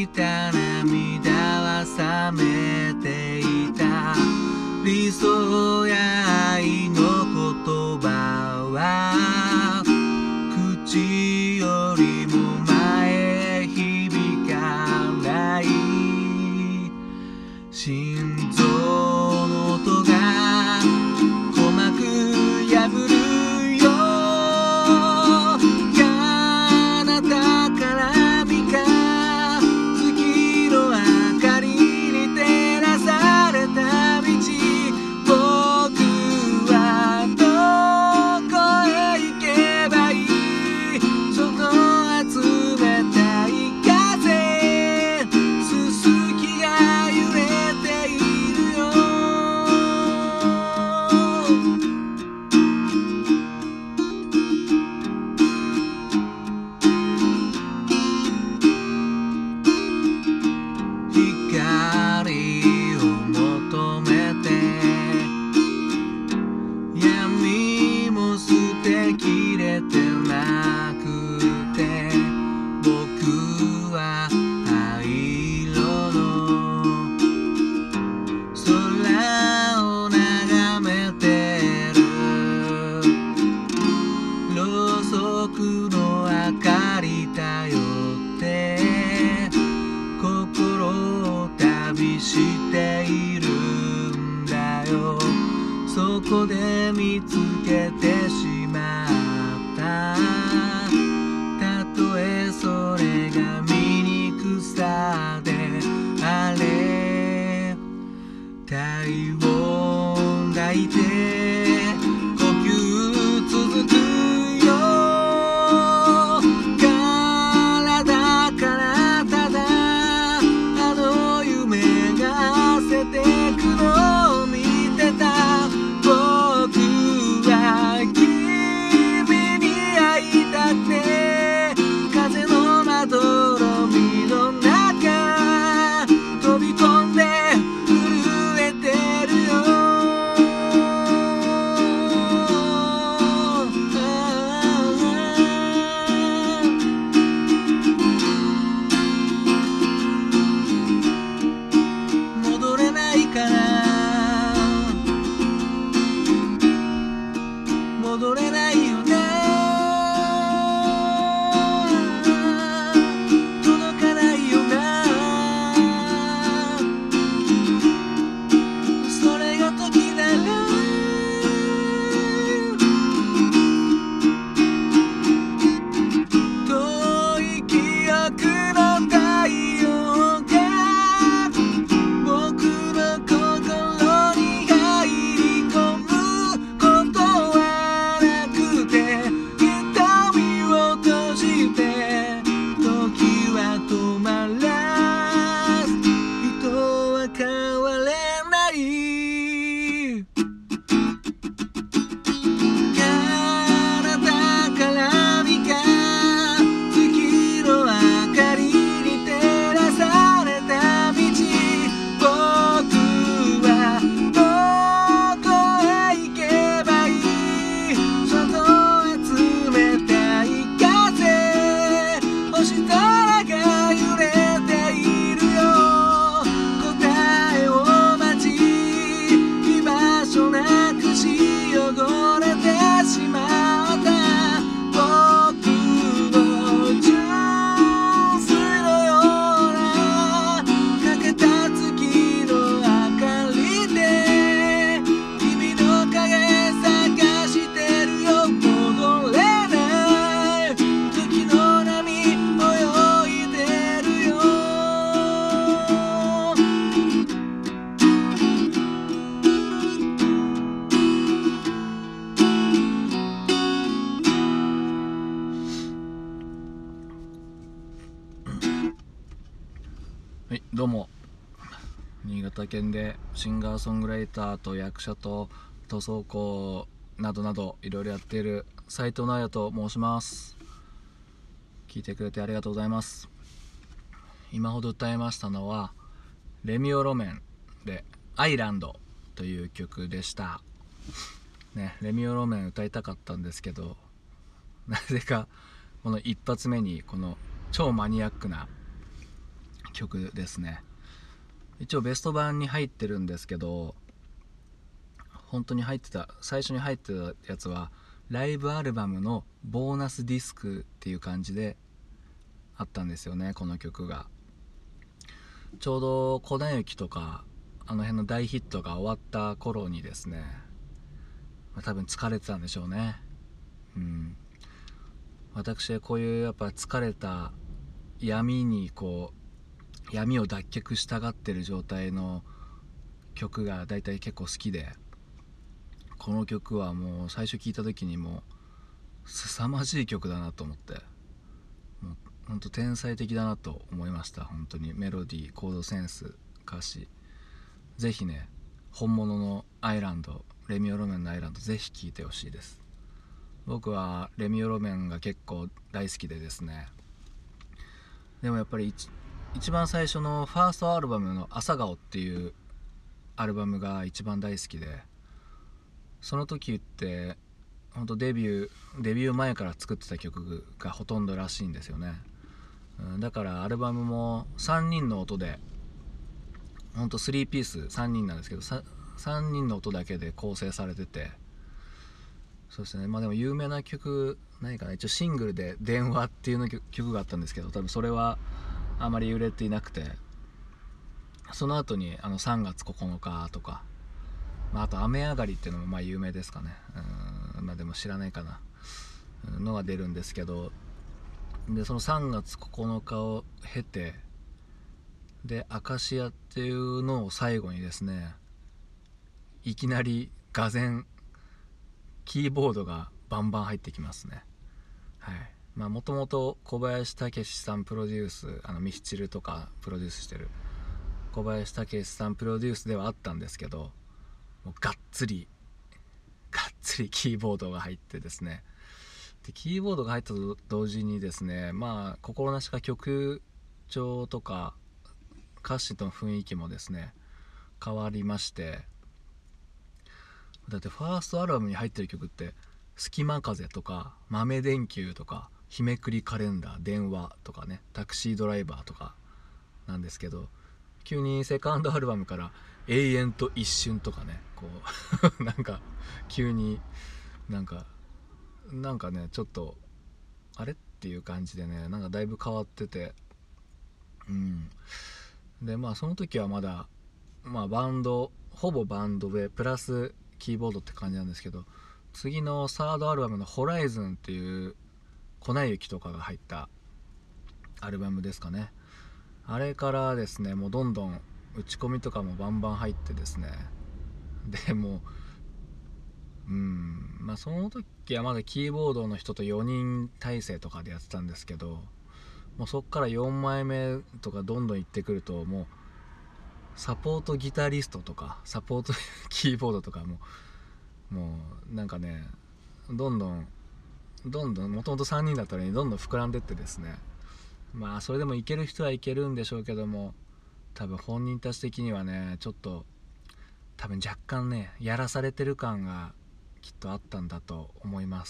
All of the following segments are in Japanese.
いた涙は冷めていた。理想や愛の言葉は口よりも前響かない。心臓の音が鼓膜破るよ。彼方から見か月の明かりに照らされた道、僕はどこへ行けばいい。その冷たい風、すすきが揺れているよ。光を求めて闇も捨てきれてなくて、僕は灰色の空を眺めてる。ろうそくの明かり頼って心を旅しているんだよ。そこで見つけてしまった。たとえそれが醜さであれ、体温抱いて呼吸続くよ。体からただあの夢が焦ってくのを見てた。僕は君に会いたくて風のまどろみの中飛び込んで震えてるよ。戻れないかな、戻れないよね。届かないよな。それが時なら遠い記憶の太陽が僕の心に入り込むことはなくて、瞳を閉じて時は止まらず、人は変われない。体から見か月の明かりに照らされた道、僕はどこへ行けばいい。外へ冷たい風、星空が揺れているよ。答えを待ち居場所なくし汚れてしまった。僕の純粋のような欠けた月の明かりで君の影探してるよ。戻れない時の波泳いでるよ。はい、どうも。新潟県でシンガーソングライターと役者と塗装工などなどいろいろやっている斉藤直也と申します。聞いてくれてありがとうございます。今ほど歌いましたのはレミオロメンでアイランドという曲でしたね。レミオロメン歌いたかったんですけど、なぜかこの一発目にこの超マニアックな曲ですね。一応ベスト版に入ってるんですけど、本当に最初に入ってたやつはライブアルバムのボーナスディスクっていう感じであったんですよね。この曲がちょうど粉雪とかあの辺の大ヒットが終わった頃にですね、多分疲れてたんでしょうね。私はこういうやっぱ疲れた闇を脱却したがってる状態の曲がだいたい結構好きで、この曲はもう最初聴いた時にもう凄まじい曲だなと思って、もう本当天才的だなと思いました。本当にメロディー、コードセンス、歌詞、ぜひね、本物のアイランド、レミオロメンのアイランドぜひ聴いてほしいです。僕はレミオロメンが結構大好きでですね、でもやっぱり一番最初のファーストアルバムの朝顔っていうアルバムが一番大好きで、その時って本当デビュー前から作ってた曲がほとんどらしいんですよね。だからアルバムも3人の音で、本当3ピース3人なんですけど、3人の音だけで構成されてて、そうですね。でも有名な曲何かな、一応シングルで電話っていうの曲があったんですけど、多分それはあまり売れていなくて、その後に3月9日とか、あと雨上がりっていうのも有名ですかね。でも知らないかなのが出るんですけど、でその3月9日を経て、でアカシアっていうのを最後にですね、いきなりがぜんキーボードがバンバン入ってきますね。もともと小林武史さんプロデュース、ミスチルとかプロデュースしてる小林武史さんプロデュースではあったんですけど、もうがっつりキーボードが入ってですね、でキーボードが入ったと同時にですね、心なしか曲調とか歌詞の雰囲気もですね変わりまして、だってファーストアルバムに入ってる曲って隙間風とか豆電球とか日めくりカレンダー、電話とかね、タクシードライバーとかなんですけど、急にセカンドアルバムから永遠と一瞬とかね、なんか急になんかね、ちょっとあれっていう感じでね、なんかだいぶ変わってて、でその時はまだほぼバンドでプラスキーボードって感じなんですけど、次のサードアルバムのホライズンっていう粉雪とかが入ったアルバムですかね。あれからですね、もうどんどん打ち込みとかもバンバン入ってですね、でもその時はまだキーボードの人と4人体制とかでやってたんですけど、もうそっから4枚目とかどんどんいってくると、もうサポートギタリストとかサポートキーボードとかもうなんかね、どんどんもともと3人だったのにどんどん膨らんでってですね、それでもいける人はいけるんでしょうけども、多分本人たち的にはね、ちょっと多分若干ねやらされてる感がきっとあったんだと思います。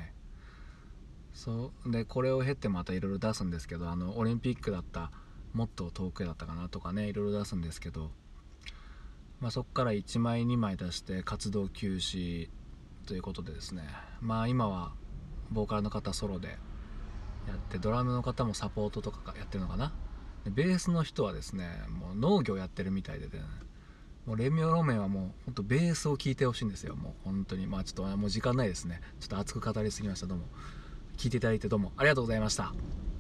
そうで、これを経てまたいろいろ出すんですけど、オリンピックだったもっと遠くへだったかなとかね、いろいろ出すんですけど、そっから1枚2枚出して活動休止ということでですね、今はボーカルの方ソロでやって、ドラムの方もサポートとかやってるのかな。でベースの人はですね、もう農業やってるみたいでね、もうレミオロメンはもうほんとベースを聴いてほしいんですよ。もう本当にちょっともう時間ないですね。ちょっと熱く語りすぎました。どうも聞いていただいてどうもありがとうございました。